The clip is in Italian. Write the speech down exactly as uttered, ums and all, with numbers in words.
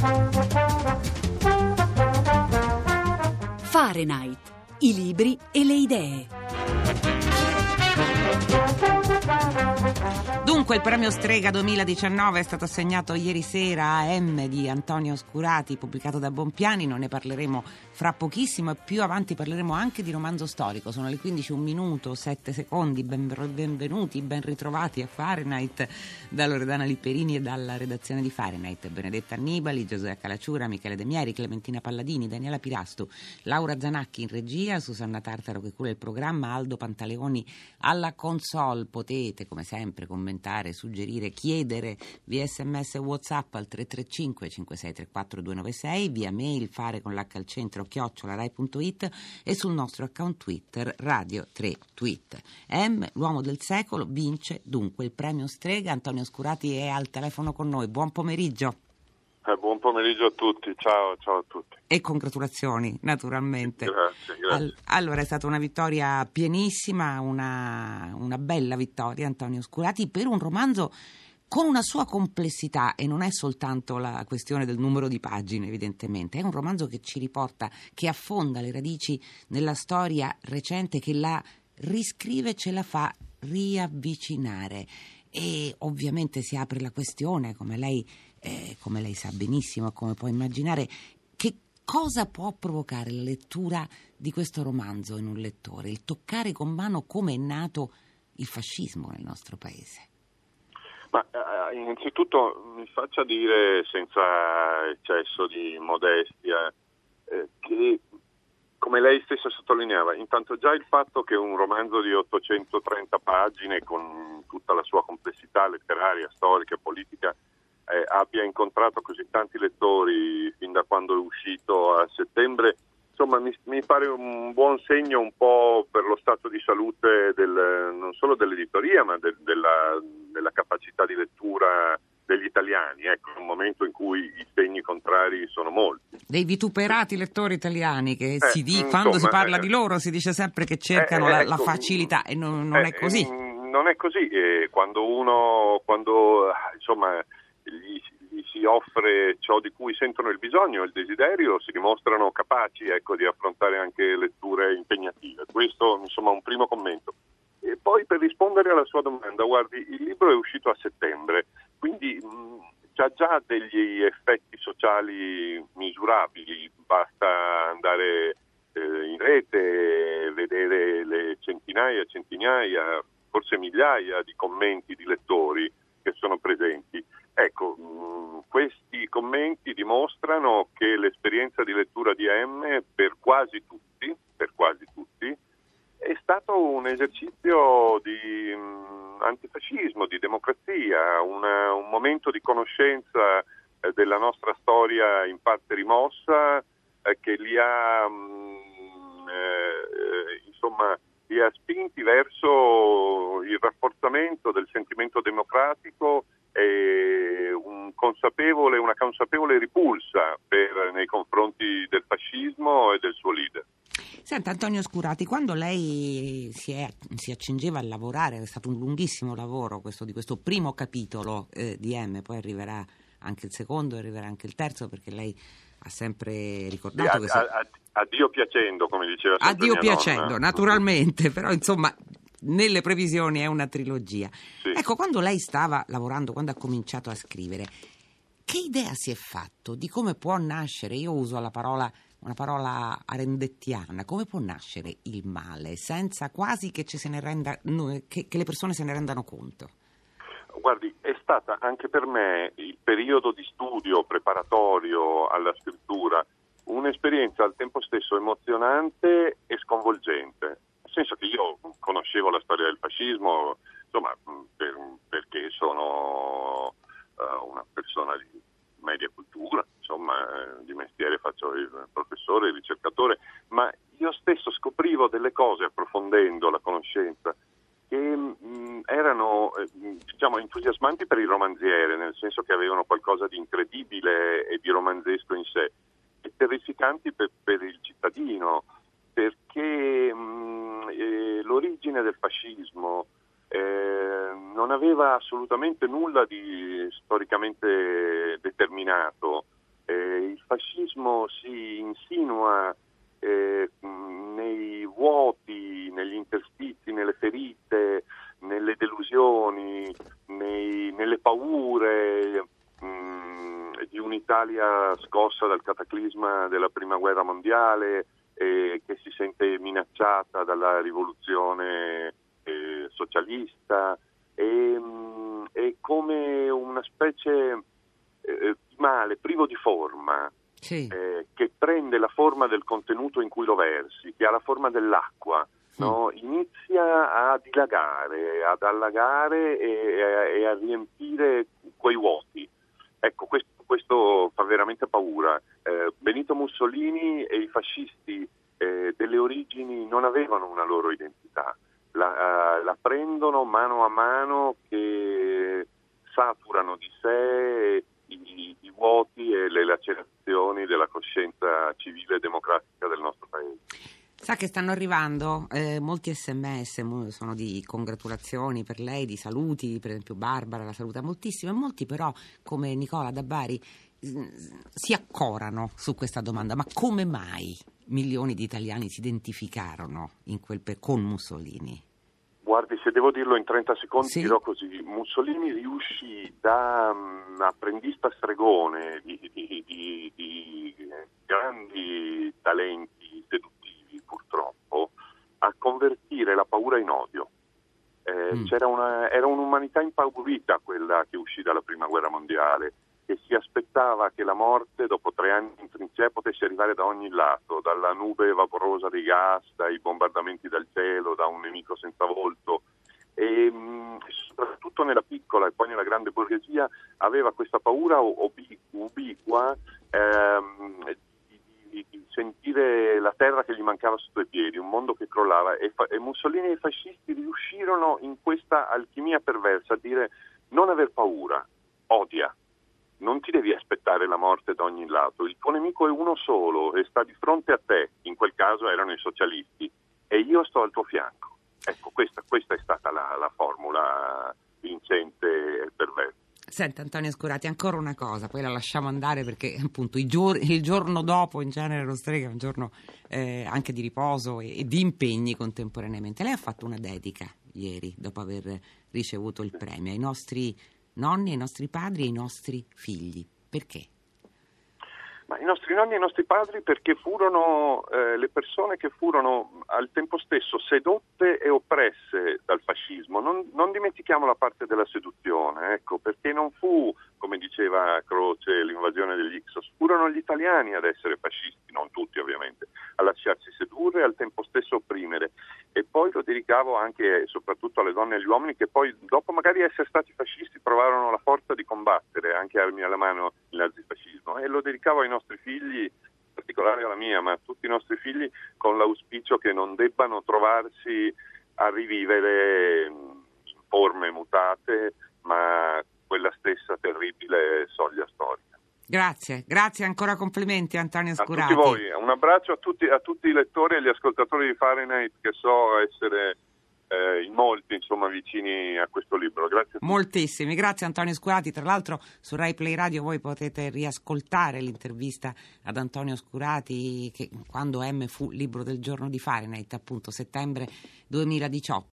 Fahrenheit, i libri e le idee. Dunque il premio Strega duemiladiciannove è stato assegnato ieri sera a M di Antonio Scurati, pubblicato da Bompiani. Non ne parleremo fra pochissimo e più avanti parleremo anche di romanzo storico. Sono le quindici, un minuto, sette secondi. Ben, benvenuti, ben ritrovati a Fahrenheit da Loredana Lipperini e dalla redazione di Fahrenheit. Benedetta Annibali, Giosuè Calacciura, Michele De Mieri, Clementina Palladini, Daniela Pirastu, Laura Zanacchi in regia, Susanna Tartaro che cura il programma, Aldo Pantaleoni alla console. Potete come sempre commentare, suggerire, chiedere via sms e WhatsApp al tre tre cinque cinque sei tre quattro due nove sei, via mail fare con l'H al centro chiocciola rai punto it e sul nostro account Twitter Radio tre Tweet. M, l'uomo del secolo, vince dunque il premio Strega. Antonio Scurati è al telefono con noi. Buon pomeriggio. Eh, buon pomeriggio a tutti, ciao, ciao a tutti. E congratulazioni, naturalmente. Grazie, grazie. All- allora, è stata una vittoria pienissima, una, una bella vittoria, Antonio Scurati, per un romanzo con una sua complessità, e non è soltanto la questione del numero di pagine, evidentemente. È un romanzo che ci riporta, che affonda le radici nella storia recente, che la riscrive, ce la fa riavvicinare. E ovviamente si apre la questione, come lei, eh, come lei sa benissimo, come può immaginare, che cosa può provocare la lettura di questo romanzo in un lettore, il toccare con mano come è nato il fascismo nel nostro paese. Ma eh, innanzitutto mi faccia dire, senza eccesso di modestia, eh, che come lei stessa sottolineava, intanto già il fatto che un romanzo di ottocentotrenta pagine, con tutta la sua complessità letteraria, storica, politica, eh, abbia incontrato così tanti lettori fin da quando è uscito a settembre, insomma mi, mi pare un buon segno un po' per lo stato di salute del, non solo dell'editoria, ma de, della, della capacità di lettura degli italiani. Ecco, un momento in cui i segni contrari sono molti. Dei vituperati lettori italiani che eh, si di, insomma, quando si parla eh, di loro si dice sempre che cercano eh, la, ecco, la facilità, e non, non eh, è così. Non è così. Eh, quando uno, quando insomma gli, gli si offre ciò di cui sentono il bisogno e il desiderio, si dimostrano capaci, ecco, di affrontare anche letture impegnative. Questo, insomma, un primo commento. E poi, per rispondere alla sua domanda, guardi, il libro è uscito a settembre, quindi mh, ha già degli effetti sociali misurabili. Basta andare eh, in rete, vedere le centinaia, centinaia, forse migliaia di commenti di lettori che sono presenti. Ecco, mh, questi commenti dimostrano che l'esperienza di lettura di M per quasi tutti, per quasi tutti, è stato un esercizio di mh, antifascismo, di democrazia, una, un momento di conoscenza eh, della nostra storia in parte rimossa, eh, che li ha, mh, eh, insomma, li ha spinti verso il rafforzamento del sentimento democratico e un consapevole, una consapevole ripulsa per, nei confronti del fascismo e del suo leader. Senta, Antonio Scurati, quando lei si, è, si accingeva a lavorare, è stato un lunghissimo lavoro questo, di questo primo capitolo eh, di M, poi arriverà anche il secondo, arriverà anche il terzo, perché lei ha sempre ricordato a, che... A, a, a Dio piacendo, come diceva sempre a Dio mia piacendo, nonna. Naturalmente, però insomma nelle previsioni è una trilogia. Sì. Ecco, quando lei stava lavorando, quando ha cominciato a scrivere, che idea si è fatto di come può nascere, io uso la parola... una parola arendettiana, come può nascere il male senza quasi che, ci se ne renda, che, che le persone se ne rendano conto? Guardi, è stata anche per me il periodo di studio preparatorio alla scrittura un'esperienza al tempo stesso emozionante e sconvolgente, nel senso che io conoscevo la storia del fascismo, insomma, per, perché sono uh, una persona di media cultura, insomma, di mestiere faccio il professore, il ricercatore, ma io stesso scoprivo delle cose approfondendo la conoscenza che mh, erano eh, diciamo entusiasmanti per il romanziere, nel senso che avevano qualcosa di incredibile e di romanzesco in sé, e terrificanti per, per il cittadino, perché mh, eh, l'origine del fascismo eh, non aveva assolutamente nulla di storicamente determinato. Eh, fascismo si insinua eh, nei vuoti, negli interstizi, nelle ferite, nelle delusioni, nei, nelle paure mh, di un'Italia scossa dal cataclisma della prima guerra mondiale, eh, che si sente minacciata dalla rivoluzione eh, socialista. È, è come una specie eh, di male privo di forma, sì. eh, che prende la forma del contenuto in cui lo versi, che ha la forma dell'acqua, sì. no? Inizia a dilagare, ad allagare e, e, e a riempire quei vuoti. Ecco, questo, questo fa veramente paura. Eh, Benito Mussolini e i fascisti eh, delle origini non avevano una loro identità. La, uh, la prendono mano a mano che saturano di sé i, i vuoti e le lacerazioni della coscienza civile e democratica del nostro paese. Sa che stanno arrivando eh, molti sms, sono di congratulazioni per lei, di saluti, per esempio Barbara la saluta moltissimo, e molti però, come Nicola da Bari, si accorano su questa domanda: ma come mai milioni di italiani si identificarono in quel pe- con Mussolini? Guardi, se devo dirlo in trenta secondi, sì? dirò così: Mussolini riuscì da um, apprendista stregone di, di, di, di grandi talenti seduttivi, purtroppo, a convertire la paura in odio. Eh, mm. c'era una, era un'umanità impaurita quella che uscì dalla prima guerra mondiale, che si aspettava che la morte, dopo tre anni in trincea, potesse arrivare da ogni lato, dalla nube vaporosa dei gas, dai bombardamenti dal cielo, da un nemico senza volto, e mh, soprattutto nella piccola e poi nella grande borghesia aveva questa paura ubi- ubiqua ehm, di, di, di sentire la terra che gli mancava sotto i piedi, un mondo che crollava, e, fa- e Mussolini e i fascisti riuscirono in questa alchimia perversa a dire: non aver paura, odia. Non ti devi aspettare la morte da ogni lato, il tuo nemico è uno solo e sta di fronte a te, in quel caso erano i socialisti, e io sto al tuo fianco. Ecco, questa, questa è stata la, la formula vincente e perversa. Senta Antonio Scurati, ancora una cosa, poi la lasciamo andare perché appunto i gior- il giorno dopo in genere lo Strega è un giorno eh, anche di riposo e, e di impegni contemporaneamente. Lei ha fatto una dedica ieri, dopo aver ricevuto il premio, ai nostri nonni, ai nostri padri e ai nostri figli. Perché? Ma i nostri nonni e i nostri padri perché furono eh, le persone che furono al tempo stesso sedotte e oppresse dal fascismo. Non, non dimentichiamo la parte della seduzione, ecco, perché non fu, come diceva Croce, l'invasione degli Ixos, furono gli italiani ad essere fascisti, non tutti ovviamente, a lasciarsi sedurre e al tempo stesso opprimere. E poi lo dedicavo anche e soprattutto alle donne e agli uomini che poi, dopo magari essere stati fascisti, provarono la forza di combattere anche armi alla mano il nazifascismo, e lo dedicavo ai nostri figli, in particolare alla mia, ma a tutti i nostri figli, con l'auspicio che non debbano trovarsi a rivivere in forme mutate, ma quella stessa terribile soglia storica. Grazie, grazie, ancora complimenti Antonio Scurati. A tutti voi, un abbraccio a tutti, a tutti i lettori e agli ascoltatori di Fahrenheit, che so essere eh, in molti insomma vicini a questo libro. Grazie a tutti. Moltissimi, grazie Antonio Scurati. Tra l'altro su Rai Play Radio voi potete riascoltare l'intervista ad Antonio Scurati che quando M fu libro del giorno di Fahrenheit, appunto settembre duemiladiciotto.